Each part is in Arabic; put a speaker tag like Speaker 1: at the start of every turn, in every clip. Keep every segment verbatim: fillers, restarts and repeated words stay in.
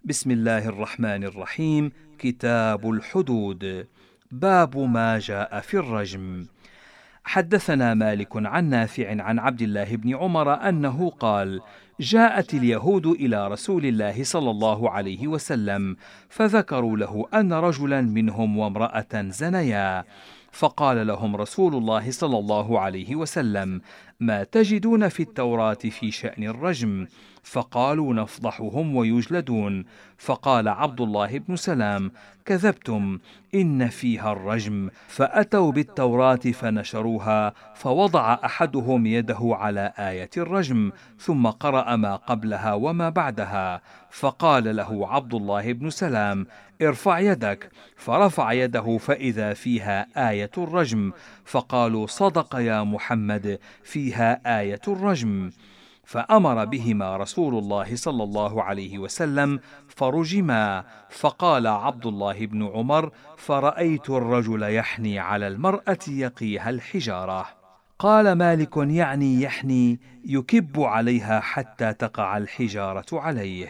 Speaker 1: بسم الله الرحمن الرحيم. كتاب الحدود. باب ما جاء في الرجم. حدثنا مالك عن نافع عن عبد الله بن عمر أنه قال: جاءت اليهود إلى رسول الله صلى الله عليه وسلم، فذكروا له أن رجلا منهم وامرأة زنيا، فقال لهم رسول الله صلى الله عليه وسلم: ما تجدون في التوراة في شأن الرجم؟ فقالوا: نفضحهم ويجلدون. فقال عبد الله بن سلام: كذبتم، إن فيها الرجم. فأتوا بالتوراة فنشروها، فوضع أحدهم يده على آية الرجم، ثم قرأ ما قبلها وما بعدها، فقال له عبد الله بن سلام: ارفع يدك. فرفع يده فإذا فيها آية الرجم، فقالوا: صدق يا محمد، فيها آية الرجم. فأمر بهما رسول الله صلى الله عليه وسلم فرجما. فقال عبد الله بن عمر: فرأيت الرجل يحني على المرأة يقيها الحجارة. قال مالك: يعني يحني يكب عليها حتى تقع الحجارة عليه.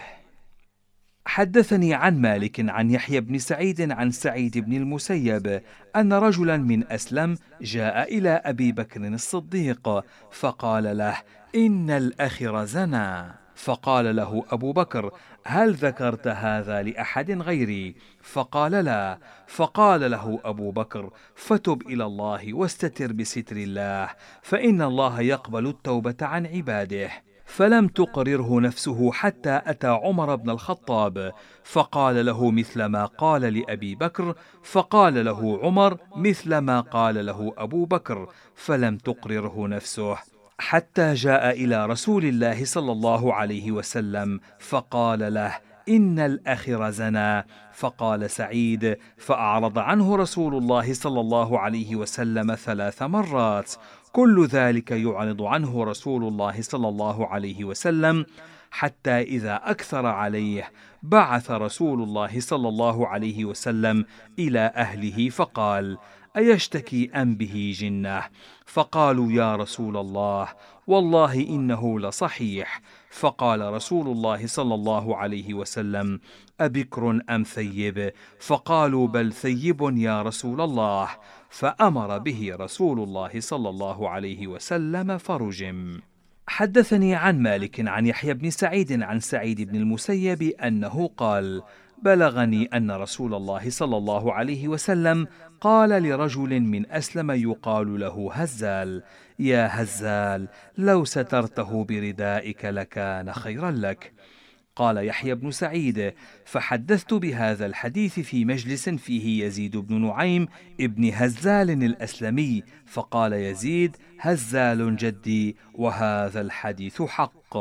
Speaker 1: حدثني عن مالك عن يحيى بن سعيد عن سعيد بن المسيب أن رجلا من أسلم جاء إلى أبي بكر الصديق فقال له: إن الأخر زنى. فقال له أبو بكر: هل ذكرت هذا لأحد غيري؟ فقال: لا. فقال له أبو بكر: فتب إلى الله واستتر بستر الله، فإن الله يقبل التوبة عن عباده. فلم تقرره نفسه حتى أتى عمر بن الخطاب، فقال له مثل ما قال لأبي بكر، فقال له عمر مثل ما قال له أبو بكر، فلم تقرره نفسه حتى جاء إلى رسول الله صلى الله عليه وسلم فقال له: إن الأخر زنى. فقال سعيد: فأعرض عنه رسول الله صلى الله عليه وسلم ثلاث مرات، كل ذلك يعرض عنه رسول الله صلى الله عليه وسلم، حتى إذا أكثر عليه بعث رسول الله صلى الله عليه وسلم إلى أهله فقال: أيشتكي أم به جنة؟ فقالوا: يا رسول الله، والله إنه لصحيح. فقال رسول الله صلى الله عليه وسلم: أبكر أم ثيب؟ فقالوا: بل ثيب يا رسول الله. فأمر به رسول الله صلى الله عليه وسلم فرجم. حدثني عن مالك عن يحيى بن سعيد عن سعيد بن المسيب أنه قال: بلغني أن رسول الله صلى الله عليه وسلم قال لرجل من أسلم يقال له هزال: يا هزال، لو سترته بردائك لكان خيرا لك. قال يحيى بن سعيد: فحدثت بهذا الحديث في مجلس فيه يزيد بن نعيم ابن هزال الأسلمي، فقال يزيد: هزال جدي، وهذا الحديث حق.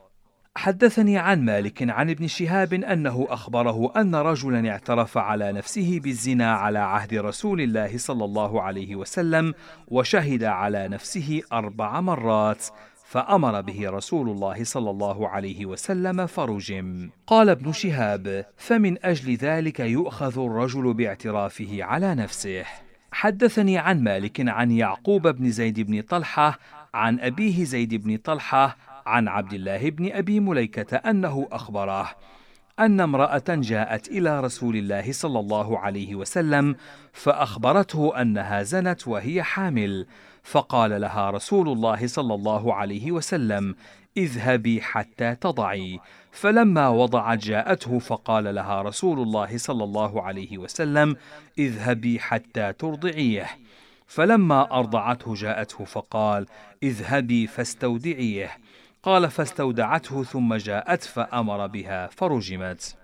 Speaker 1: حدثني عن مالك عن ابن شهاب أنه أخبره أن رجلا اعترف على نفسه بالزنا على عهد رسول الله صلى الله عليه وسلم، وشهد على نفسه أربع مرات، فأمر به رسول الله صلى الله عليه وسلم فرجم. قال ابن شهاب: فمن أجل ذلك يؤخذ الرجل باعترافه على نفسه. حدثني عن مالك عن يعقوب بن زيد بن طلحة عن أبيه زيد بن طلحة عن عبد الله بن أبي مليكة أنه أخبره أن امرأة جاءت إلى رسول الله صلى الله عليه وسلم فأخبرته أنها زنت وهي حامل، فقال لها رسول الله صلى الله عليه وسلم: اذهبي حتى تضعي. فلما وضعت جاءته فقال لها رسول الله صلى الله عليه وسلم: اذهبي حتى ترضعيه. فلما أرضعته جاءته فقال: اذهبي فاستودعيه. قال: فاستودعته ثم جاءت فأمر بها فرجمت.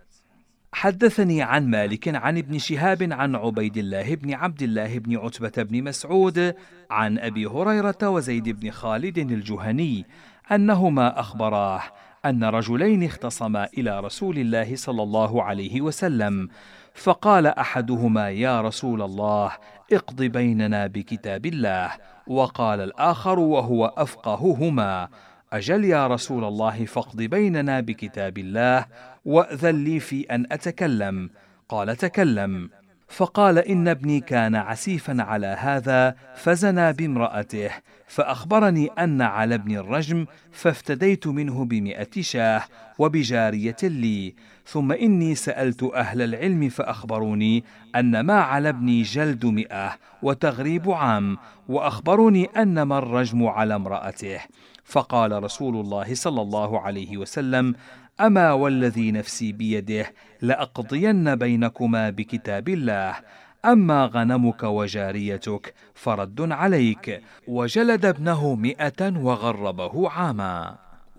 Speaker 1: حدثني عن مالك عن ابن شهاب عن عبيد الله بن عبد الله بن عتبة بن مسعود عن أبي هريرة وزيد بن خالد الجهني أنهما أخبراه أن رجلين اختصما إلى رسول الله صلى الله عليه وسلم، فقال أحدهما: يا رسول الله، اقض بيننا بكتاب الله. وقال الآخر وهو أفقههما: أجل يا رسول الله، فاقض بيننا بكتاب الله، وأذن لي في أن أتكلم. قال: تكلم. فقال إن ابني كان عسيفا على هذا فزنى بامرأته، فأخبرني أن على ابني الرجم، فافتديت منه بمئة شاه وبجارية لي. ثم إني سألت أهل العلم فأخبروني أن ما على ابني جلد مئة وتغريب عام، وأخبروني أنما الرجم على امرأته. فقال رسول الله صلى الله عليه وسلم: أما والذي نفسي بيده لأقضين بينكما بكتاب الله، أما غنمك وجاريتك فرد عليك. وجلد ابنه مئة وغربه عاما.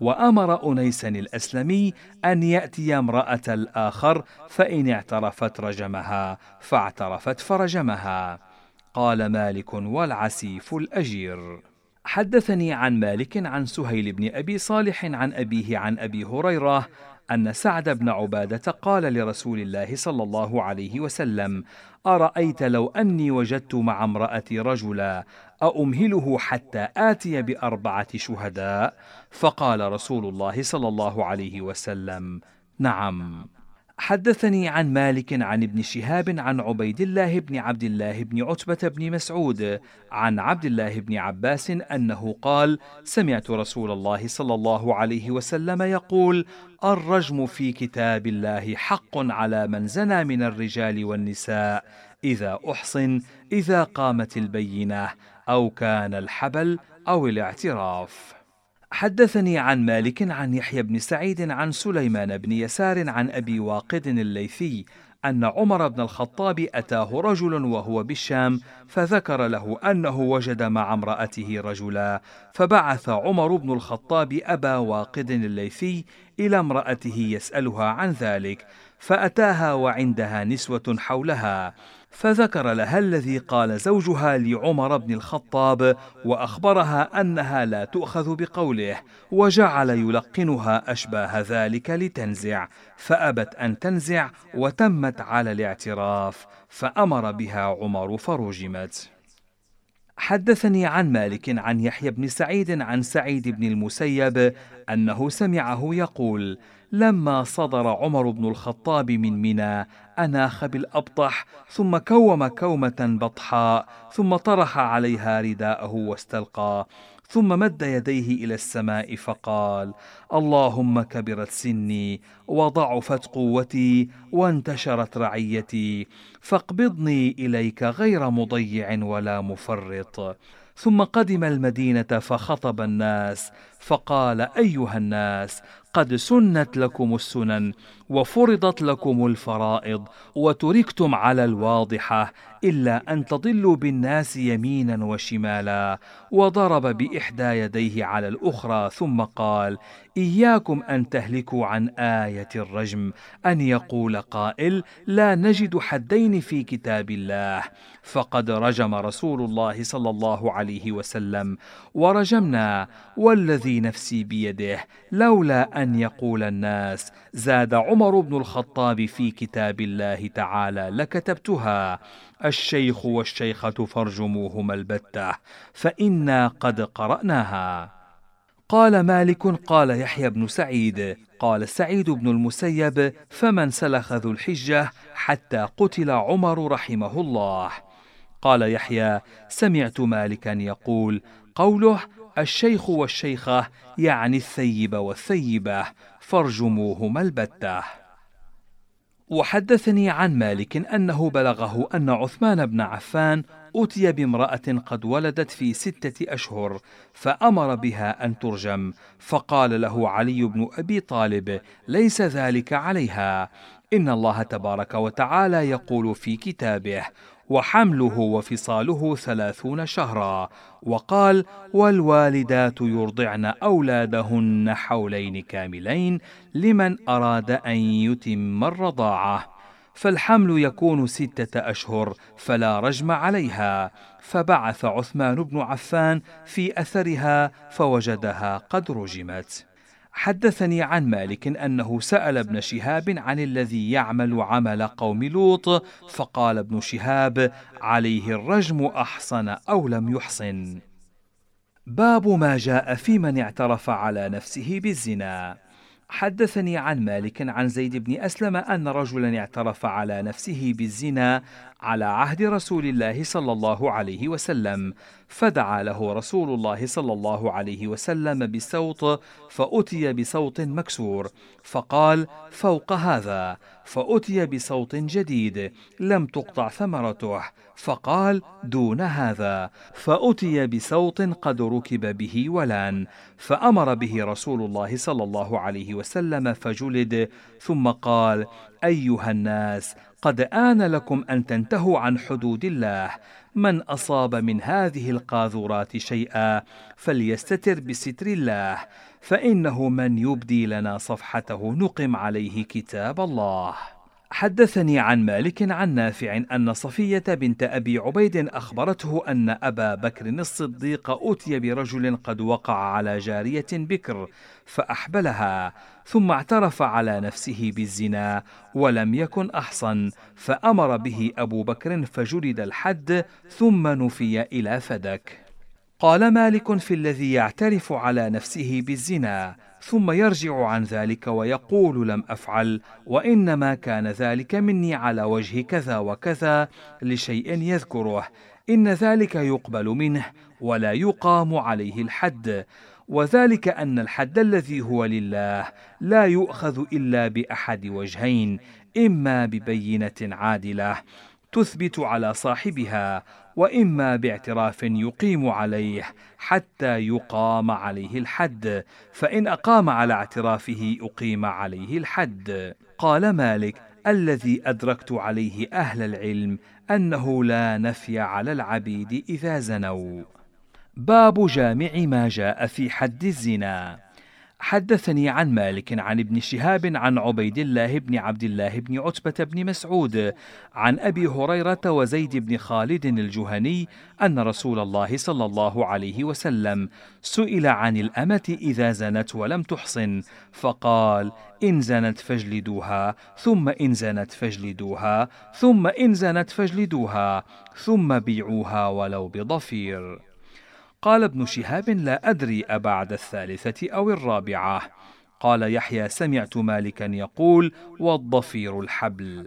Speaker 1: وأمر أنيسا الأسلمي أن يأتي امرأة الآخر، فإن اعترفت رجمها، فاعترفت فرجمها. قال مالك: والعسيف الأجير. حدثني عن مالك عن سهيل بن أبي صالح عن أبيه عن أبي هريرة أن سعد بن عبادة قال لرسول الله صلى الله عليه وسلم: أرأيت لو أني وجدت مع امرأتي رجلا أأمهله حتى آتي بأربعة شهداء؟ فقال رسول الله صلى الله عليه وسلم: نعم. حدثني عن مالك عن ابن شهاب عن عبيد الله بن عبد الله بن عتبة بن مسعود عن عبد الله بن عباس أنه قال: سمعت رسول الله صلى الله عليه وسلم يقول: الرجم في كتاب الله حق على من زنى من الرجال والنساء إذا أحصن، إذا قامت البينة أو كان الحبل أو الاعتراف. حدثني عن مالك عن يحيى بن سعيد عن سليمان بن يسار عن أبي واقد الليثي أن عمر بن الخطاب أتاه رجل وهو بالشام، فذكر له أنه وجد مع امرأته رجلا، فبعث عمر بن الخطاب أبا واقد الليثي إلى امرأته يسألها عن ذلك، فأتاها وعندها نسوة حولها، فذكر لها الذي قال زوجها لعمر بن الخطاب، وأخبرها أنها لا تؤخذ بقوله، وجعل يلقنها أشباه ذلك لتنزع، فأبت أن تنزع وتمت على الاعتراف، فأمر بها عمر فرجمت. حدثني عن مالك عن يحيى بن سعيد عن سعيد بن المسيب أنه سمعه يقول: لما صدر عمر بن الخطاب من منى أناخ بالأبطح، ثم كوم كومة بطحاء، ثم طرح عليها رداءه واستلقى، ثم مد يديه إلى السماء فقال: اللهم كبرت سني وضعفت قوتي وانتشرت رعيتي، فاقبضني إليك غير مضيع ولا مفرط. ثم قدم المدينة فخطب الناس فقال: أيها الناس، قد سنت لكم السنن وفرضت لكم الفرائض وتركتم على الواضحة، إلا أن تضلوا بالناس يمينا وشمالا. وضرب بإحدى يديه على الأخرى ثم قال: إياكم أن تهلكوا عن آية الرجم، أن يقول قائل: لا نجد حدين في كتاب الله، فقد رجم رسول الله صلى الله عليه وسلم ورجمنا، والذي نفسي بيده لولا أن يقول الناس زاد عمر بن الخطاب في كتاب الله تعالى لكتبتها: الشيخ والشيخة فارجموهما البتة، فإنا قد قرأناها. قال مالك: قال يحيى بن سعيد: قال سعيد بن المسيب: فمن سلخ ذو الحجة حتى قتل عمر رحمه الله. قال يحيى: سمعت مالكا يقول: قوله الشيخ والشيخة يعني الثيب والثيبة، فارجموهما البتة. وحدثني عن مالك أنه بلغه أن عثمان بن عفان أتي بامرأة قد ولدت في ستة أشهر، فأمر بها أن ترجم، فقال له علي بن أبي طالب: ليس ذلك عليها، إن الله تبارك وتعالى يقول في كتابه: وحمله وفصاله ثلاثون شهرا، وقال: والوالدات يرضعن أولادهن حولين كاملين لمن أراد أن يتم الرضاعة، فالحمل يكون ستة أشهر فلا رجم عليها. فبعث عثمان بن عفان في أثرها فوجدها قد رجمت. حدثني عن مالك أنه سأل ابن شهاب عن الذي يعمل عمل قوم لوط، فقال ابن شهاب: عليه الرجم أحصن أو لم يحصن. باب ما جاء في من اعترف على نفسه بالزنا. حدثني عن مالك عن زيد بن أسلم أن رجلا اعترف على نفسه بالزنا على عهد رسول الله صلى الله عليه وسلم، فدعا له رسول الله صلى الله عليه وسلم بصوت، فأتي بصوت مكسور، فقال: فوق هذا. فأتي بصوت جديد لم تقطع ثمرته، فقال: دون هذا. فأتي بصوت قد ركب به ولان، فأمر به رسول الله صلى الله عليه وسلم فجلد، ثم قال: أيها الناس، قد آن لكم أن تنتهوا عن حدود الله، من أصاب من هذه القاذورات شيئا فليستتر بستر الله، فإنه من يبدي لنا صفحته نقم عليه كتاب الله. حدثني عن مالك عن نافع أن صفية بنت أبي عبيد أخبرته أن أبا بكر الصديق أتي برجل قد وقع على جارية بكر فأحبلها، ثم اعترف على نفسه بالزنا ولم يكن أحصن، فأمر به أبو بكر فجلد الحد ثم نفي إلى فدك. قال مالك في الذي يعترف على نفسه بالزنا ثم يرجع عن ذلك ويقول: لم أفعل، وإنما كان ذلك مني على وجه كذا وكذا لشيء يذكره، إن ذلك يقبل منه ولا يقام عليه الحد، وذلك أن الحد الذي هو لله لا يؤخذ إلا بأحد وجهين: إما ببينة عادلة تثبت على صاحبها، وإما باعتراف يقيم عليه حتى يقام عليه الحد، فإن أقام على اعترافه أقيم عليه الحد. قال مالك: الذي أدركت عليه أهل العلم أنه لا نفي على العبيد إذا زنوا. باب جامع ما جاء في حد الزنا. حدثني عن مالك عن ابن شهاب عن عبيد الله بن عبد الله بن عتبة بن مسعود عن أبي هريرة وزيد بن خالد الجهني أن رسول الله صلى الله عليه وسلم سئل عن الأمة إذا زنت ولم تحصن، فقال: إن زنت فاجلدوها، ثم إن زنت فاجلدوها، ثم إن زنت فاجلدوها، ثم بيعوها ولو بضفير. قال ابن شهاب: لا أدري أبعد الثالثة أو الرابعة. قال يحيى: سمعت مالكا يقول: والضفير الحبل.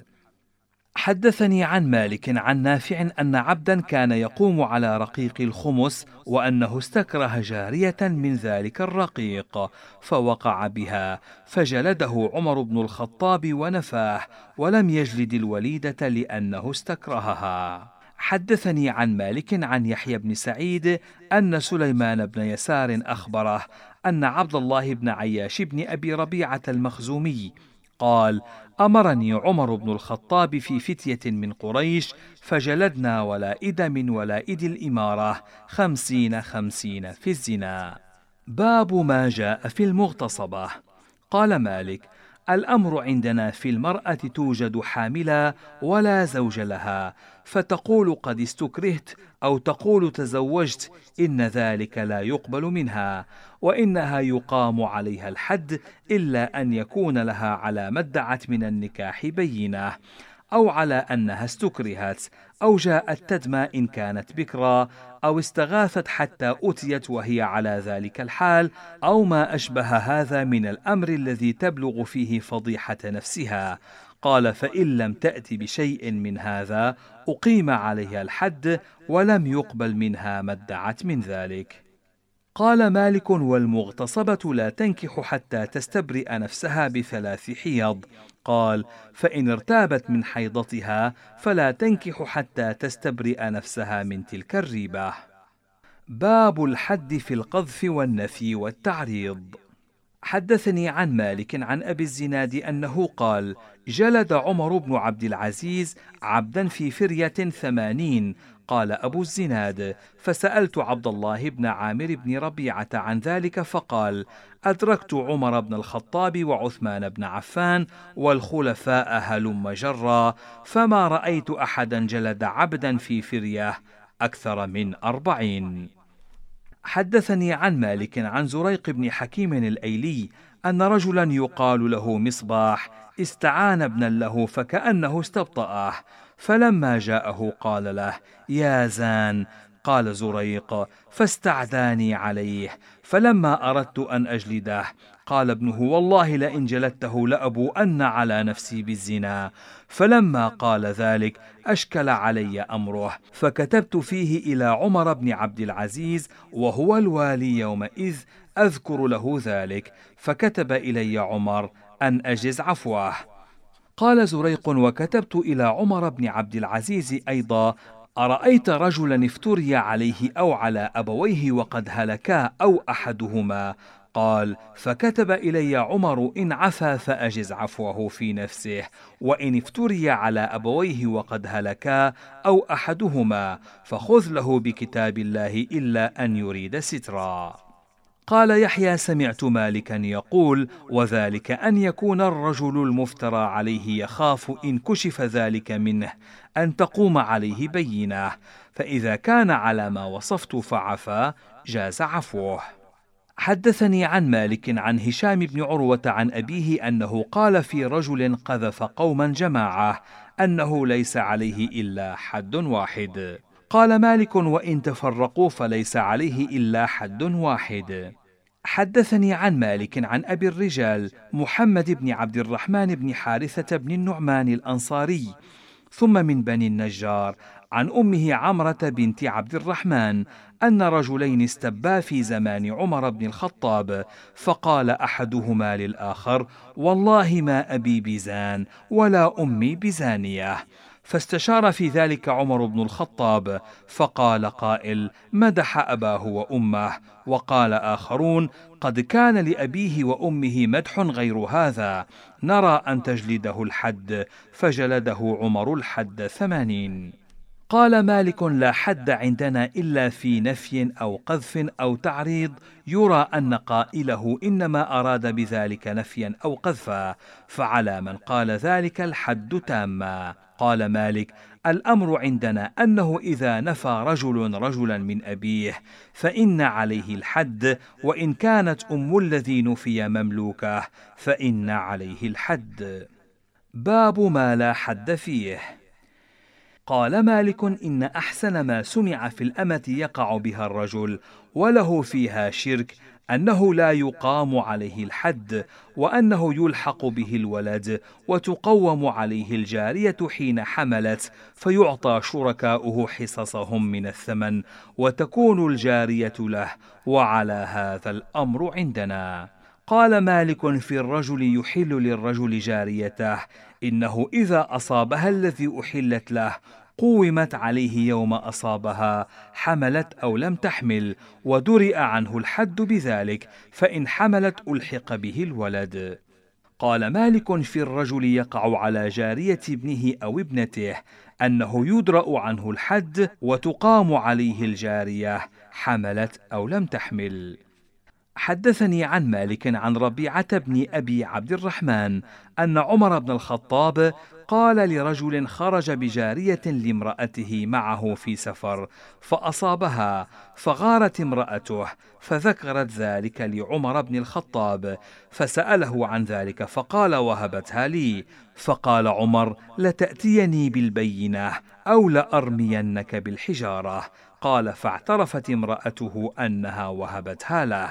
Speaker 1: حدثني عن مالك عن نافع أن عبدا كان يقوم على رقيق الخمس، وأنه استكره جارية من ذلك الرقيق فوقع بها، فجلده عمر بن الخطاب ونفاه، ولم يجلد الوليدة لأنه استكرهها. حدثني عن مالك عن يحيى بن سعيد أن سليمان بن يسار أخبره أن عبد الله بن عياش بن أبي ربيعة المخزومي قال: أمرني عمر بن الخطاب في فتية من قريش فجلدنا ولائد من ولائد الإمارة خمسين خمسين في الزنا. باب ما جاء في المغتصبة. قال مالك: الأمر عندنا في المرأة توجد حاملة ولا زوج لها، فتقول قد استكرهت أو تقول تزوجت، إن ذلك لا يقبل منها، وإنها يقام عليها الحد إلا أن يكون لها على ما ادعت من النكاح بينة، أو على أنها استكرهت، أو جاءت تدمى إن كانت بكرا، أو استغاثت حتى أتيت وهي على ذلك الحال، أو ما أشبه هذا من الأمر الذي تبلغ فيه فضيحة نفسها. قال: فإن لم تأت بشيء من هذا أقيم عليها الحد، ولم يقبل منها ما ادعت من ذلك. قال مالك: والمغتصبة لا تنكح حتى تستبرئ نفسها بثلاث حيض. قال: فإن ارتابت من حيضتها فلا تنكح حتى تستبرئ نفسها من تلك الريبة. باب الحد في القذف والنفي والتعريض. حدثني عن مالك عن أبي الزناد أنه قال: جلد عمر بن عبد العزيز عبدا في فرية ثمانين. قال أبو الزناد: فسألت عبد الله بن عامر بن ربيعة عن ذلك، فقال: أدركت عمر بن الخطاب وعثمان بن عفان والخلفاء هلم جرا، فما رأيت أحدا جلد عبدا في فرية أكثر من أربعين. حدثني عن مالك عن زريق بن حكيم الأيلي أن رجلا يقال له مصباح استعان ابنا له فكأنه استبطأه، فلما جاءه قال له: يا زان. قال زريق: فاستعداني عليه، فلما أردت أن أجلده قال ابنه: والله لئن جلدته لأبوءن على نفسي بالزنا. فلما قال ذلك أشكل علي أمره، فكتبت فيه إلى عمر بن عبد العزيز وهو الوالي يومئذ أذكر له ذلك، فكتب إلي عمر أن أجز عفوه. قال زريق: وكتبت إلى عمر بن عبد العزيز أيضا: أرأيت رجلا افتري عليه أو على أبويه وقد هلكا أو أحدهما؟ قال: فكتب إلي عمر: إن عفا فأجز عفوه في نفسه، وإن افتري على أبويه وقد هلكا أو أحدهما فخذ له بكتاب الله إلا أن يريد سترا. قال يحيى: سمعت مالكا يقول: وذلك أن يكون الرجل المفترى عليه يخاف إن كشف ذلك منه أن تقوم عليه بينة، فإذا كان على ما وصفت فعفا جاز عفوه. حدثني عن مالك عن هشام بن عروة عن أبيه أنه قال في رجل قذف قوما جماعة أنه ليس عليه إلا حد واحد. قال مالك: وإن تفرقوا فليس عليه إلا حد واحد. حدثني عن مالك عن أبي الرجال محمد بن عبد الرحمن بن حارثة بن النعمان الأنصاري ثم من بني النجار عن أمه عمرة بنت عبد الرحمن أن رجلين استبا في زمان عمر بن الخطاب، فقال أحدهما للآخر: والله ما أبي بزان ولا أمي بزانية. فاستشار في ذلك عمر بن الخطاب، فقال قائل: مدح أباه وأمه. وقال آخرون: قد كان لأبيه وأمه مدح غير هذا، نرى أن تجلده الحد. فجلده عمر الحد ثمانين. قال مالك: لا حد عندنا إلا في نفي أو قذف أو تعريض يرى أن قائله إنما أراد بذلك نفيا أو قذفا، فعلى من قال ذلك الحد تاما. قال مالك: الأمر عندنا أنه إذا نفى رجل رجلا من أبيه فإن عليه الحد، وإن كانت أم الذي نفي مملوكة فإن عليه الحد. باب ما لا حد فيه. قال مالك: إن أحسن ما سمع في الأمة يقع بها الرجل وله فيها شرك أنه لا يقام عليه الحد، وأنه يلحق به الولد وتقوم عليه الجارية حين حملت، فيعطى شركاؤه حصصهم من الثمن وتكون الجارية له، وعلى هذا الأمر عندنا. قال مالك: في الرجل يحل للرجل جاريته إنه إذا أصابها الذي أحلت له قومت عليه يوم أصابها، حملت أو لم تحمل، ودرئ عنه الحد بذلك، فإن حملت ألحق به الولد. قال مالك: في الرجل يقع على جارية ابنه أو ابنته أنه يدرأ عنه الحد وتقام عليه الجارية، حملت أو لم تحمل. حدثني عن مالك عن ربيعة بن أبي عبد الرحمن أن عمر بن الخطاب قال لرجل خرج بجارية لامرأته معه في سفر فأصابها، فغارت امرأته، فذكرت ذلك لعمر بن الخطاب، فسأله عن ذلك فقال: وهبتها لي. فقال عمر: لتأتيني بالبينة أو لأرمينك بالحجارة. قال: فاعترفت امرأته أنها وهبتها له.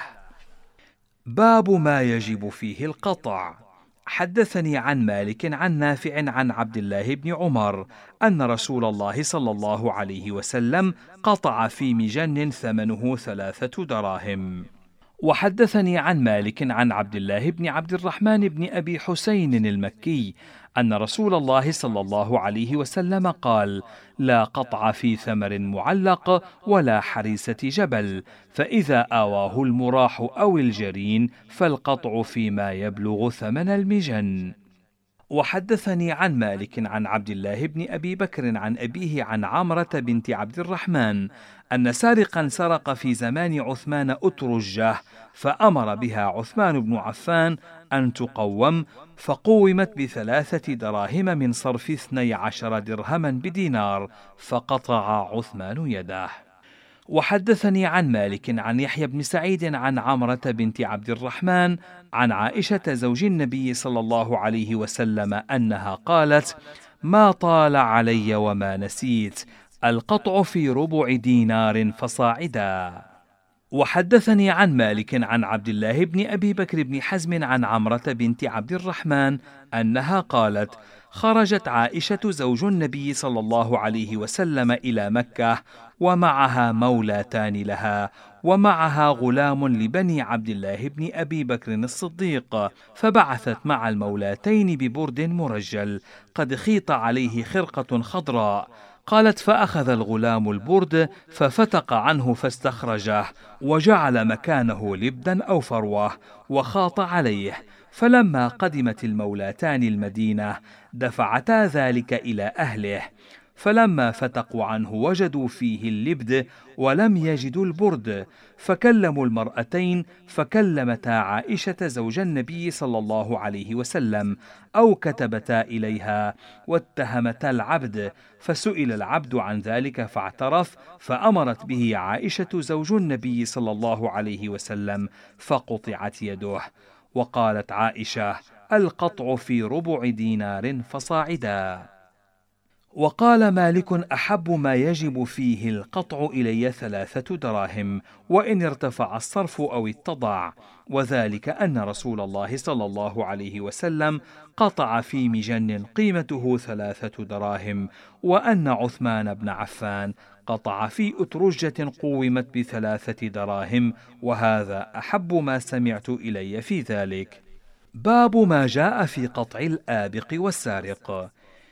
Speaker 1: باب ما يجب فيه القطع. حدثني عن مالك عن نافع عن عبد الله بن عمر أن رسول الله صلى الله عليه وسلم قطع في مجن ثمنه ثلاثة دراهم. وحدثني عن مالك عن عبد الله بن عبد الرحمن بن أبي حسين المكي أن رسول الله صلى الله عليه وسلم قال: لا قطع في ثمر معلق ولا حريسة جبل، فإذا آواه المراح أو الجرين فالقطع فيما يبلغ ثمن المجن. وحدثني عن مالك عن عبد الله بن أبي بكر عن أبيه عن عمرة بنت عبد الرحمن أن سارقا سرق في زمان عثمان أترجه، فأمر بها عثمان بن عفان أن تقوم، فقومت بثلاثة دراهم من صرف اثني عشر درهما بدينار، فقطع عثمان يده. وحدثني عن مالك عن يحيى بن سعيد عن عمرة بنت عبد الرحمن عن عائشة زوج النبي صلى الله عليه وسلم أنها قالت: ما طال علي وما نسيت، القطع في ربع دينار فصاعدا. وحدثني عن مالك عن عبد الله بن أبي بكر بن حزم عن عمرة بنت عبد الرحمن أنها قالت: خرجت عائشة زوج النبي صلى الله عليه وسلم إلى مكة، ومعها مولاتان لها، ومعها غلام لبني عبد الله بن أبي بكر الصديق، فبعثت مع المولاتين ببرد مرجل قد خيط عليه خرقة خضراء. قالت: فأخذ الغلام البرد ففتق عنه فاستخرجه، وجعل مكانه لبدا أو فروة، وخاط عليه. فلما قدمت المولاتان المدينة دفعتا ذلك إلى أهله، فلما فتقوا عنه وجدوا فيه اللبد ولم يجدوا البرد، فكلموا المرأتين فكلمتا عائشة زوج النبي صلى الله عليه وسلم، أو كتبتا إليها واتهمتا العبد، فسئل العبد عن ذلك فاعترف، فأمرت به عائشة زوج النبي صلى الله عليه وسلم فقطعت يده. وقالت عائشة: القطع في ربع دينار فصاعدا. وقال مالك: أحب ما يجب فيه القطع إلي ثلاثة دراهم، وإن ارتفع الصرف أو اتضع، وذلك أن رسول الله صلى الله عليه وسلم قطع في مجن قيمته ثلاثة دراهم، وأن عثمان بن عفان قطع في أترجة قومت بثلاثة دراهم، وهذا أحب ما سمعت إلي في ذلك. باب ما جاء في قطع الآبق والسارق.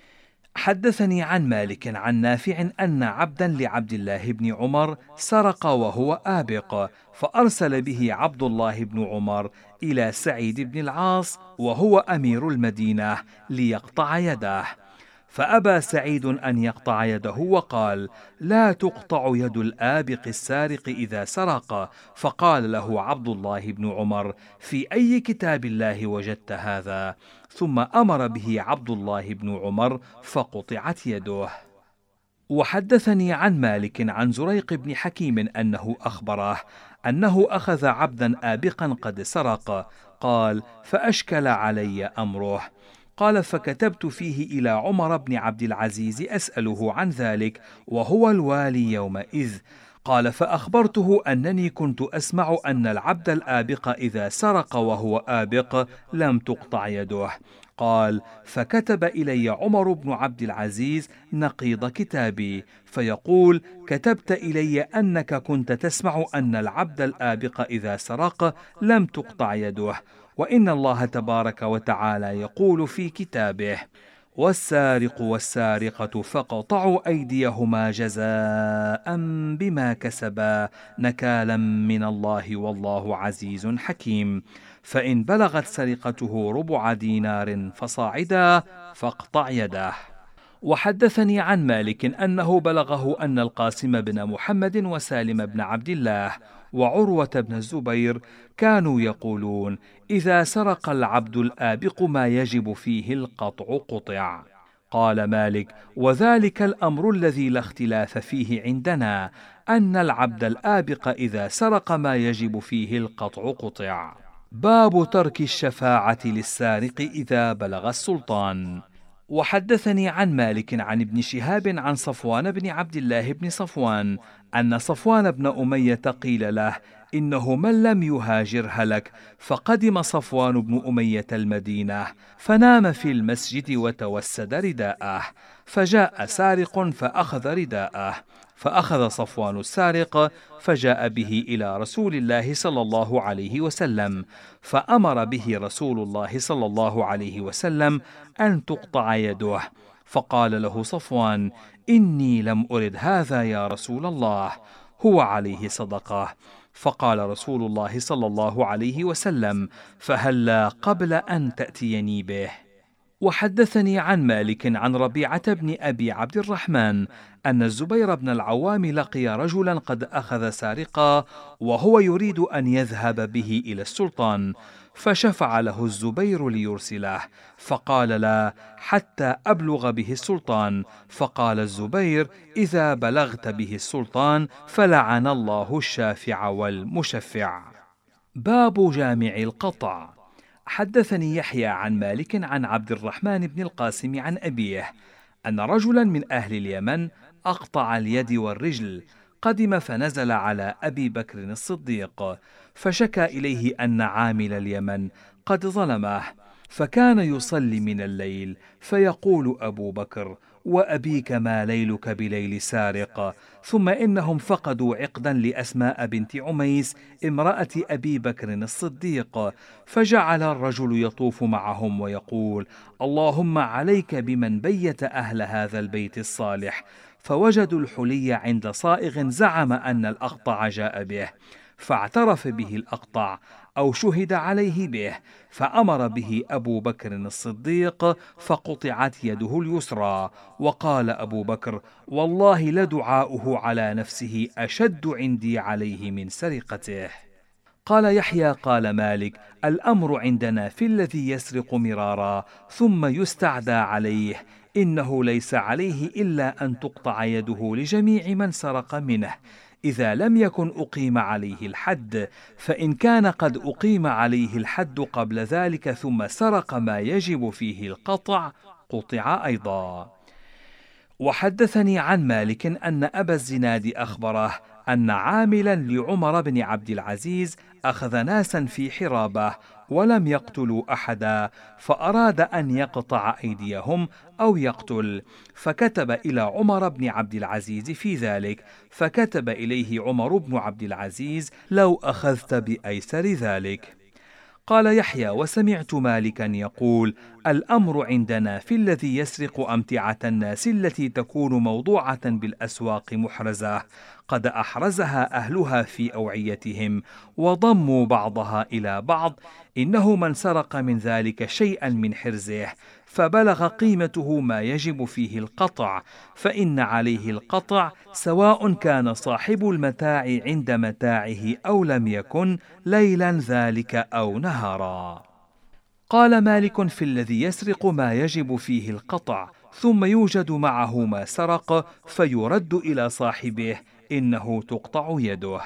Speaker 1: حدثني عن مالك عن نافع أن عبدا لعبد الله بن عمر سرق وهو آبق، فأرسل به عبد الله بن عمر إلى سعيد بن العاص وهو أمير المدينة ليقطع يده، فأبى سعيد أن يقطع يده وقال: لا تقطع يد الآبق السارق إذا سرق. فقال له عبد الله بن عمر: في أي كتاب الله وجدت هذا؟ ثم أمر به عبد الله بن عمر فقطعت يده. وحدثني عن مالك عن زريق بن حكيم أنه أخبره أنه أخذ عبدا آبقا قد سرق، قال: فأشكل علي أمره. قال: فكتبت فيه إلى عمر بن عبد العزيز أسأله عن ذلك وهو الوالي يومئذ. قال: فأخبرته أنني كنت أسمع أن العبد الآبق إذا سرق وهو آبق لم تقطع يده. قال: فكتب إلي عمر بن عبد العزيز نقيض كتابي، فيقول: كتبت إلي أنك كنت تسمع أن العبد الآبق إذا سرق لم تقطع يده، وإن الله تبارك وتعالى يقول في كتابه: والسارق والسارقة فاقطعوا أيديهما جزاء بما كسبا نكالا من الله والله عزيز حكيم، فإن بلغت سرقته ربع دينار فصاعدا فاقطع يده. وحدثني عن مالك أنه بلغه أن القاسم بن محمد وسالم بن عبد الله وعروة بن الزبير كانوا يقولون: إذا سرق العبد الآبق ما يجب فيه القطع قطع. قال مالك: وذلك الأمر الذي لا اختلاف فيه عندنا، أن العبد الآبق إذا سرق ما يجب فيه القطع قطع. باب ترك الشفاعة للسارق إذا بلغ السلطان. وحدثني عن مالك عن ابن شهاب عن صفوان بن عبد الله بن صفوان أن صفوان بن أمية قيل له: إنه من لم يهاجر هلك. فقدم صفوان بن أمية المدينة فنام في المسجد وتوسد رداءه، فجاء سارق فأخذ رداءه، فأخذ صفوان السارق فجاء به إلى رسول الله صلى الله عليه وسلم، فأمر به رسول الله صلى الله عليه وسلم أن تقطع يده. فقال له صفوان: إني لم أرد هذا يا رسول الله، هو عليه صدقة. فقال رسول الله صلى الله عليه وسلم: فهلا قبل أن تأتيني به. وحدثني عن مالك عن ربيعة بن أبي عبد الرحمن أن الزبير بن العوام لقي رجلا قد أخذ سارقا وهو يريد أن يذهب به إلى السلطان، فشفع له الزبير ليرسله، فقال: لا حتى أبلغ به السلطان. فقال الزبير: إذا بلغت به السلطان فلعن الله الشافع والمشفع. باب جامع القطع. حدثني يحيى عن مالك عن عبد الرحمن بن القاسم عن أبيه أن رجلا من أهل اليمن أقطع اليد والرجل. قدم فنزل على أبي بكر الصديق، فشكى إليه أن عامل اليمن قد ظلمه، فكان يصلي من الليل، فيقول أبو بكر: وأبيك ما ليلك بليل سارق. ثم إنهم فقدوا عقدا لأسماء بنت عميس امرأة أبي بكر الصديق، فجعل الرجل يطوف معهم ويقول: اللهم عليك بمن بيت أهل هذا البيت الصالح. فوجدوا الحلي عند صائغ زعم أن الأقطع جاء به، فاعترف به الأقطع أو شهد عليه به، فأمر به أبو بكر الصديق فقطعت يده اليسرى. وقال أبو بكر: والله لدعاؤه على نفسه أشد عندي عليه من سرقته. قال يحيى قال مالك: الأمر عندنا في الذي يسرق مرارا ثم يستعدى عليه، إنه ليس عليه إلا أن تقطع يده لجميع من سرق منه، إذا لم يكن أقيم عليه الحد، فإن كان قد أقيم عليه الحد قبل ذلك ثم سرق ما يجب فيه القطع قطع أيضا. وحدثني عن مالك أن أبا الزناد أخبره أن عاملا لعمر بن عبد العزيز أخذ ناسا في حرابة ولم يقتلوا أحدا، فأراد أن يقطع أيديهم أو يقتل، فكتب إلى عمر بن عبد العزيز في ذلك، فكتب إليه عمر بن عبد العزيز: لو أخذت بأيسر ذلك. قال يحيى: وسمعت مالكا يقول: الأمر عندنا في الذي يسرق أمتعة الناس التي تكون موضوعة بالأسواق محرزة، قد أحرزها أهلها في أوعيتهم وضموا بعضها إلى بعض، إنه من سرق من ذلك شيئا من حرزه فبلغ قيمته ما يجب فيه القطع، فإن عليه القطع سواء كان صاحب المتاع عند متاعه أو لم يكن، ليلا ذلك أو نهارا. قال مالك: في الذي يسرق ما يجب فيه القطع ثم يوجد معه ما سرق فيرد إلى صاحبه، إنه تقطع يده.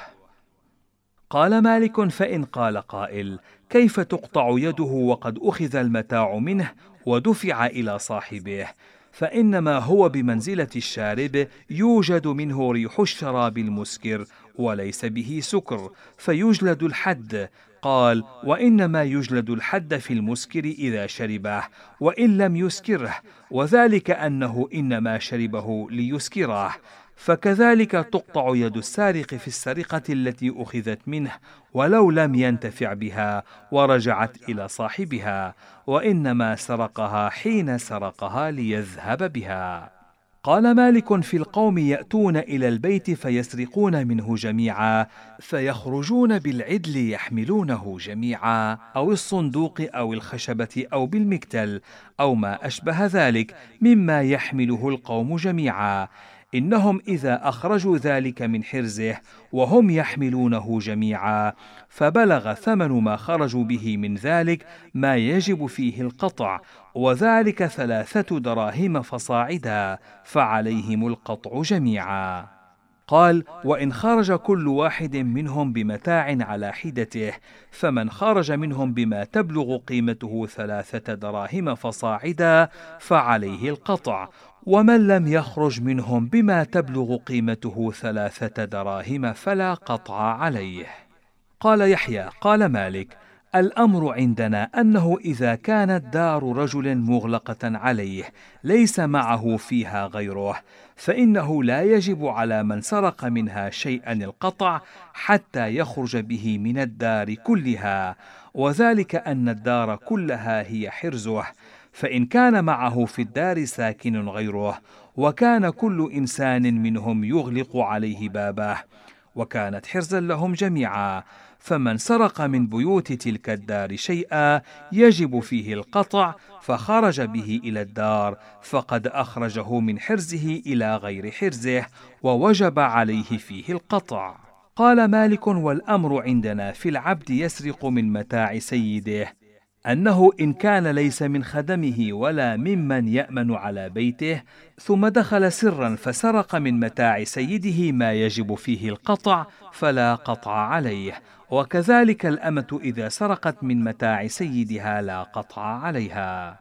Speaker 1: قال مالك: فإن قال قائل: كيف تقطع يده وقد أخذ المتاع منه ودفع إلى صاحبه؟ فإنما هو بمنزلة الشارب، يوجد منه ريح الشراب المسكر وليس به سكر، فيجلد الحد. قال: وإنما يجلد الحد في المسكر إذا شربه وإن لم يسكره، وذلك أنه إنما شربه ليسكره. فكذلك تقطع يد السارق في السرقة التي أخذت منه ولو لم ينتفع بها ورجعت إلى صاحبها، وإنما سرقها حين سرقها ليذهب بها. قال مالك: في القوم يأتون إلى البيت فيسرقون منه جميعا، فيخرجون بالعدل يحملونه جميعا، أو الصندوق أو الخشبة أو بالمكتل أو ما أشبه ذلك مما يحمله القوم جميعا، إنهم إذا أخرجوا ذلك من حرزه وهم يحملونه جميعا فبلغ ثمن ما خرجوا به من ذلك ما يجب فيه القطع، وذلك ثلاثة دراهم فصاعدا، فعليهم القطع جميعا. قال: وإن خرج كل واحد منهم بمتاع على حدته، فمن خرج منهم بما تبلغ قيمته ثلاثة دراهم فصاعدا فعليه القطع، ومن لم يخرج منهم بما تبلغ قيمته ثلاثة دراهم فلا قطع عليه. قال يحيى قال مالك: الأمر عندنا أنه إذا كانت دار رجل مغلقة عليه ليس معه فيها غيره، فإنه لا يجب على من سرق منها شيئا القطع حتى يخرج به من الدار كلها، وذلك أن الدار كلها هي حرزه، فإن كان معه في الدار ساكن غيره وكان كل إنسان منهم يغلق عليه بابه وكانت حرزا لهم جميعا، فمن سرق من بيوت تلك الدار شيئا يجب فيه القطع فخرج به إلى الدار فقد أخرجه من حرزه إلى غير حرزه ووجب عليه فيه القطع. قال مالك: والأمر عندنا في العبد يسرق من متاع سيده أنه إن كان ليس من خدمه ولا ممن يأمن على بيته ثم دخل سرا فسرق من متاع سيده ما يجب فيه القطع فلا قطع عليه، وكذلك الأمة إذا سرقت من متاع سيدها لا قطع عليها.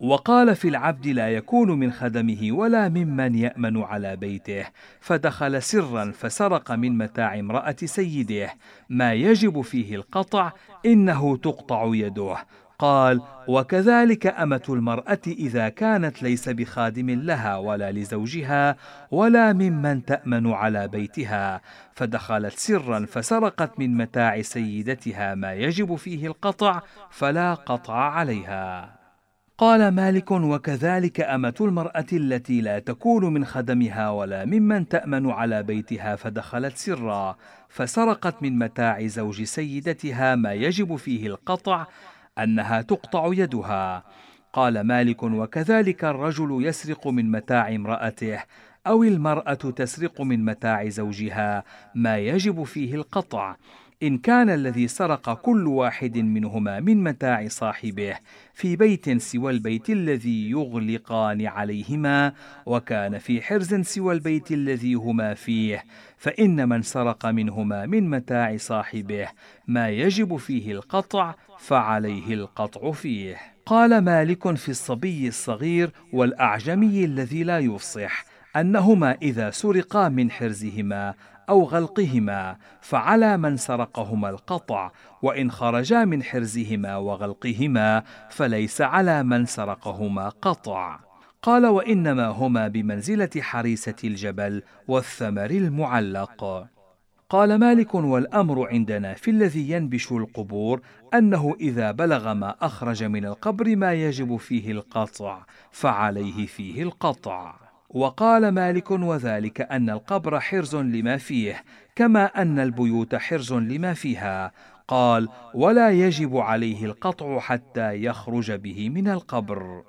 Speaker 1: وقال في العبد لا يكون من خدمه ولا ممن يأمن على بيته، فدخل سرا فسرق من متاع امرأة سيده ما يجب فيه القطع، إنه تقطع يده. قال: وكذلك أمة المرأة إذا كانت ليس بخادم لها ولا لزوجها ولا ممن تأمن على بيتها، فدخلت سرا فسرقت من متاع سيدتها ما يجب فيه القطع، فلا قطع عليها. قال مالك: وكذلك أمة المرأة التي لا تكون من خدمها ولا ممن تأمن على بيتها، فدخلت سرا فسرقت من متاع زوج سيدتها ما يجب فيه القطع، أنها تقطع يدها. قال مالك: وكذلك الرجل يسرق من متاع امرأته، أو المرأة تسرق من متاع زوجها ما يجب فيه القطع، إن كان الذي سرق كل واحد منهما من متاع صاحبه في بيت سوى البيت الذي يغلقان عليهما، وكان في حرز سوى البيت الذي هما فيه، فإن من سرق منهما من متاع صاحبه ما يجب فيه القطع، فعليه القطع فيه. قال مالك في الصبي الصغير والأعجمي الذي لا يفصح، أنهما إذا سرقا من حرزهما أو غلقهما فعلى من سرقهما القطع، وإن خرجا من حرزهما وغلقهما فليس على من سرقهما قطع. قال: وإنما هما بمنزلة حريسة الجبل والثمر المعلق. قال مالك: والأمر عندنا في الذي ينبش القبور أنه إذا بلغ ما أخرج من القبر ما يجب فيه القطع، فعليه فيه القطع. وقال مالك: وذلك أن القبر حرز لما فيه، كما أن البيوت حرز لما فيها. قال: ولا يجب عليه القطع حتى يخرج به من القبر.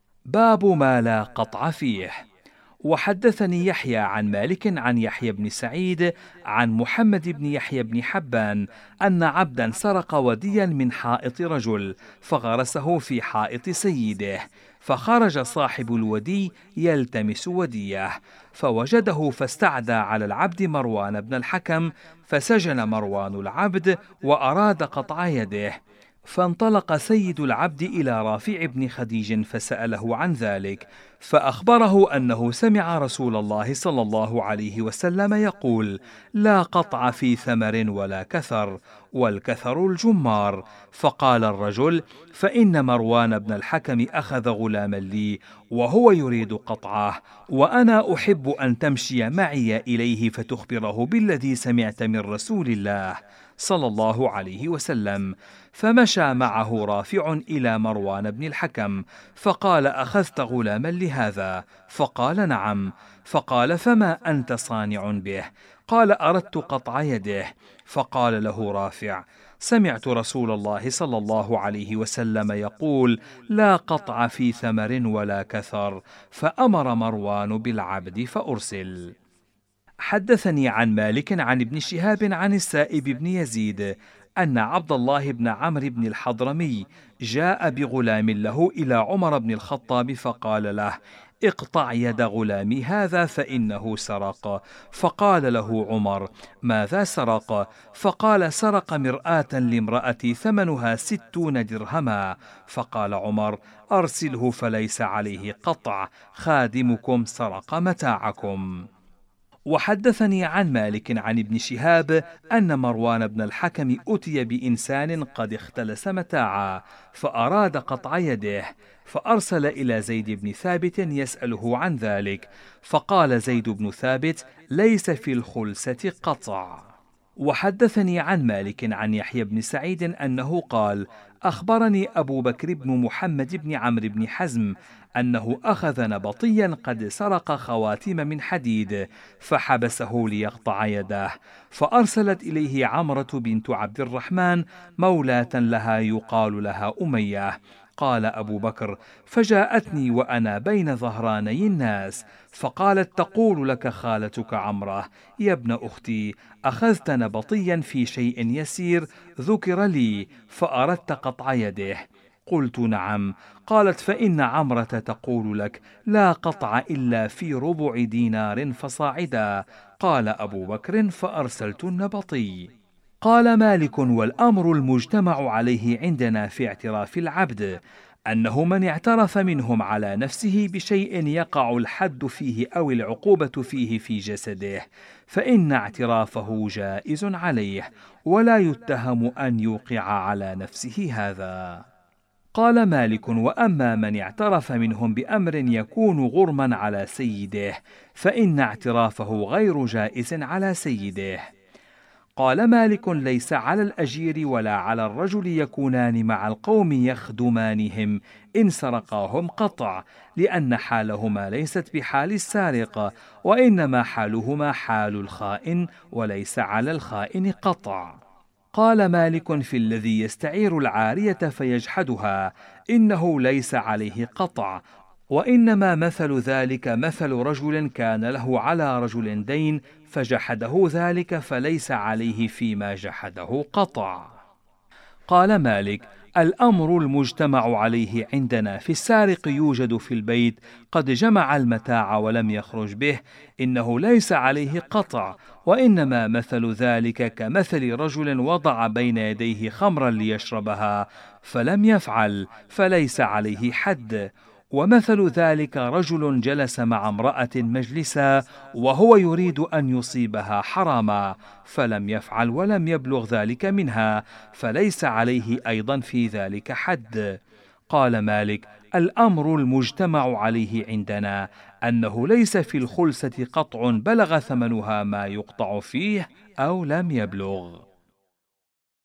Speaker 1: باب ما لا قطع فيه. وحدثني يحيى عن مالك عن يحيى بن سعيد عن محمد بن يحيى بن حبان أن عبدا سرق وديا من حائط رجل فغرسه في حائط سيده، فخرج صاحب الودي يلتمس وديه، فوجده فاستعدى على العبد مروان بن الحكم، فسجن مروان العبد وأراد قطع يده، فانطلق سيد العبد إلى رافع بن خديج فسأله عن ذلك، فأخبره أنه سمع رسول الله صلى الله عليه وسلم يقول: لا قطع في ثمر ولا كثر، والكثر الجمار. فقال الرجل: فإن مروان بن الحكم أخذ غلاما لي وهو يريد قطعه، وأنا أحب أن تمشي معي إليه فتخبره بالذي سمعت من رسول الله صلى الله عليه وسلم. فمشى معه رافع إلى مروان بن الحكم فقال: أخذت غلاما لهذا؟ فقال: نعم. فقال: فما أنت صانع به؟ قال: أردت قطع يده. فقال له رافع: سمعت رسول الله صلى الله عليه وسلم يقول: لا قطع في ثمر ولا كثر. فأمر مروان بالعبد فأرسل. حدثني عن مالك عن ابن شهاب عن السائب بن يزيد أن عبد الله بن عمرو بن الحضرمي جاء بغلام له إلى عمر بن الخطاب فقال له: اقطع يد غلامي هذا فإنه سرق. فقال له عمر: ماذا سرق؟ فقال: سرق مرآة لامرأتي ثمنها ستون درهما. فقال عمر: أرسله فليس عليه قطع، خادمكم سرق متاعكم. وحدثني عن مالك عن ابن شهاب أن مروان بن الحكم أتي بإنسان قد اختلس متاعا فأراد قطع يده، فأرسل إلى زيد بن ثابت يسأله عن ذلك، فقال زيد بن ثابت: ليس في الخلسة قطع. وحدثني عن مالك عن يحيى بن سعيد أنه قال: أخبرني أبو بكر بن محمد بن عمرو بن حزم أنه أخذ نبطيا قد سرق خواتم من حديد فحبسه ليقطع يده، فأرسلت إليه عمرة بنت عبد الرحمن مولاة لها يقال لها أمية. قال أبو بكر: فجاءتني وأنا بين ظهراني الناس، فقالت: تقول لك خالتك عمرة: يا ابن أختي، أخذت نبطيا في شيء يسير ذكر لي فأردت قطع يده. قلت: نعم. قالت: فإن عمرة تقول لك: لا قطع إلا في ربع دينار فصاعدا. قال أبو بكر: فأرسلت النبطي. قال مالك: والأمر المجتمع عليه عندنا في اعتراف العبد أنه من اعترف منهم على نفسه بشيء يقع الحد فيه أو العقوبة فيه في جسده، فإن اعترافه جائز عليه، ولا يتهم أن يوقع على نفسه هذا. قال مالك: وأما من اعترف منهم بأمر يكون غرما على سيده، فإن اعترافه غير جائز على سيده. قال مالك: ليس على الأجير ولا على الرجل يكونان مع القوم يخدمانهم إن سرقاهم قطع، لأن حالهما ليست بحال السارق، وإنما حالهما حال الخائن، وليس على الخائن قطع. قال مالك: في الذي يستعير العارية فيجحدها، إنه ليس عليه قطع، وإنما مثل ذلك مثل رجل كان له على رجل دين فجحده ذلك، فليس عليه فيما جحده قطع. قال مالك: الأمر المجتمع عليه عندنا في السارق يوجد في البيت قد جمع المتاع ولم يخرج به، إنه ليس عليه قطع، وإنما مثل ذلك كمثل رجل وضع بين يديه خمرا ليشربها فلم يفعل، فليس عليه حد. ومثل ذلك رجل جلس مع امرأة مجلسا وهو يريد أن يصيبها حراما، فلم يفعل ولم يبلغ ذلك منها، فليس عليه أيضا في ذلك حد. قال مالك: الأمر المجتمع عليه عندنا أنه ليس في الخلسة قطع بلغ ثمنها ما يقطع فيه أو لم يبلغ.